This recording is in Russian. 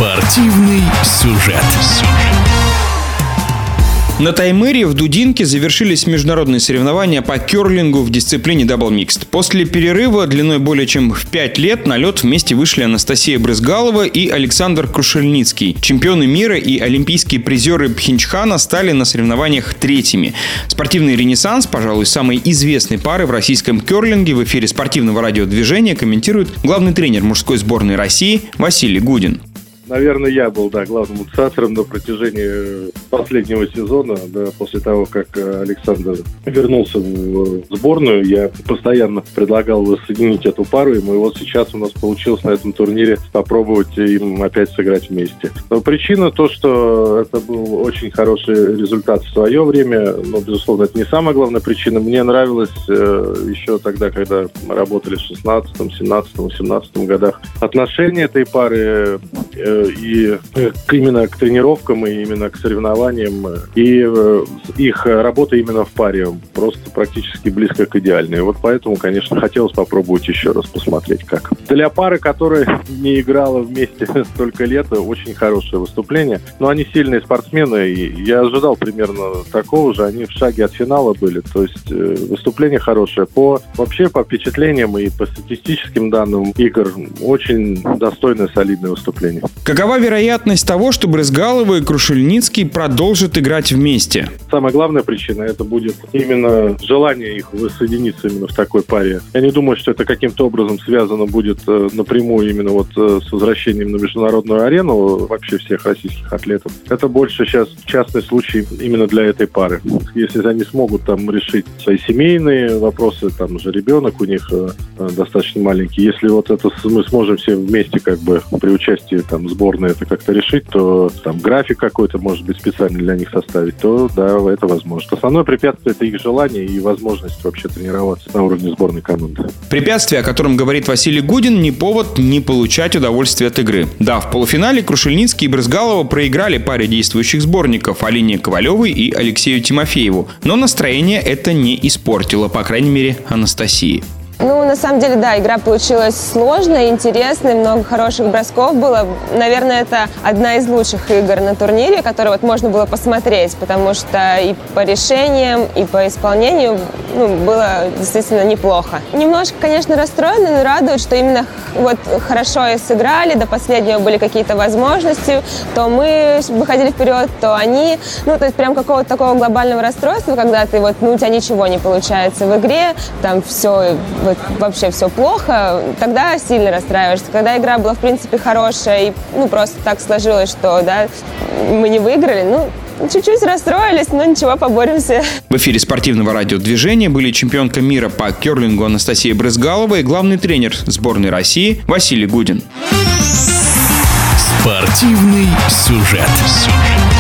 Спортивный сюжет. На Таймыре в Дудинке завершились международные соревнования по керлингу в дисциплине дабл-микст. После перерыва длиной более чем в 5 лет на лед вместе вышли Анастасия Брызгалова и Александр Крушельницкий. Чемпионы мира и олимпийские призеры Пхенчхана стали на соревнованиях третьими. Спортивный ренессанс, пожалуй, самой известной пары в российском керлинге, в эфире спортивного радиодвижения комментирует главный тренер мужской сборной России Василий Гудин. Наверное, я был, главным инициатором на протяжении последнего сезона, после того, как Александр вернулся в сборную. Я постоянно предлагал воссоединить эту пару, и вот сейчас у нас получилось на этом турнире попробовать им опять сыграть вместе. Но причина то, что это был очень хороший результат в свое время, но, безусловно, это не самая главная причина. Мне нравилось еще тогда, когда мы работали в 16-м, 17-м, 18-м годах, отношения этой пары и именно к тренировкам, и именно к соревнованиям, и их работа именно в паре просто практически близко к идеальной. Вот поэтому, конечно, хотелось попробовать еще раз посмотреть, как. Для пары, которая не играла вместе столько лет, очень хорошее выступление. Но они сильные спортсмены, и я ожидал примерно такого же. Они в шаге от финала были. То есть выступление хорошее. Вообще по впечатлениям и по статистическим данным игр очень достойное, солидное выступление. Какова вероятность того, что Брызгалова и Крушельницкий продолжат играть вместе? Самая главная причина — это будет именно желание их воссоединиться именно в такой паре. Я не думаю, что это каким-то образом связано будет напрямую именно с возвращением на международную арену вообще всех российских атлетов. Это больше сейчас частный случай именно для этой пары. Если они смогут решить свои семейные вопросы, же ребенок у них достаточно маленький. Если мы сможем все вместе при участии сборной это как-то решить, то график какой-то, может быть, специально для них составить, то да, это возможно. Основное препятствие — это их желание и возможность вообще тренироваться на уровне сборной команды. Препятствие, о котором говорит Василий Гудин, не повод не получать удовольствие от игры. Да, в полуфинале Крушельницкий и Брызгалова проиграли паре действующих сборников Алине Ковалевой и Алексею Тимофееву. Но настроение это не испортило, по крайней мере, Анастасии. На самом деле, да, игра получилась сложной, интересной, много хороших бросков было. Наверное, это одна из лучших игр на турнире, которую можно было посмотреть, потому что и по решениям, и по исполнению было действительно неплохо. Немножко, конечно, расстроена, но радует, что именно хорошо и сыграли, до последнего были какие-то возможности, то мы выходили вперед, то они. То есть прям какого-то такого глобального расстройства, когда ты у тебя ничего не получается в игре, все вообще все плохо, тогда сильно расстраиваешься. Когда игра была, в принципе, хорошая, и просто так сложилось, что мы не выиграли, чуть-чуть расстроились, но ничего, поборемся. В эфире спортивного радиодвижения были чемпионка мира по керлингу Анастасия Брызгалова и главный тренер сборной России Василий Гудин. Спортивный сюжет.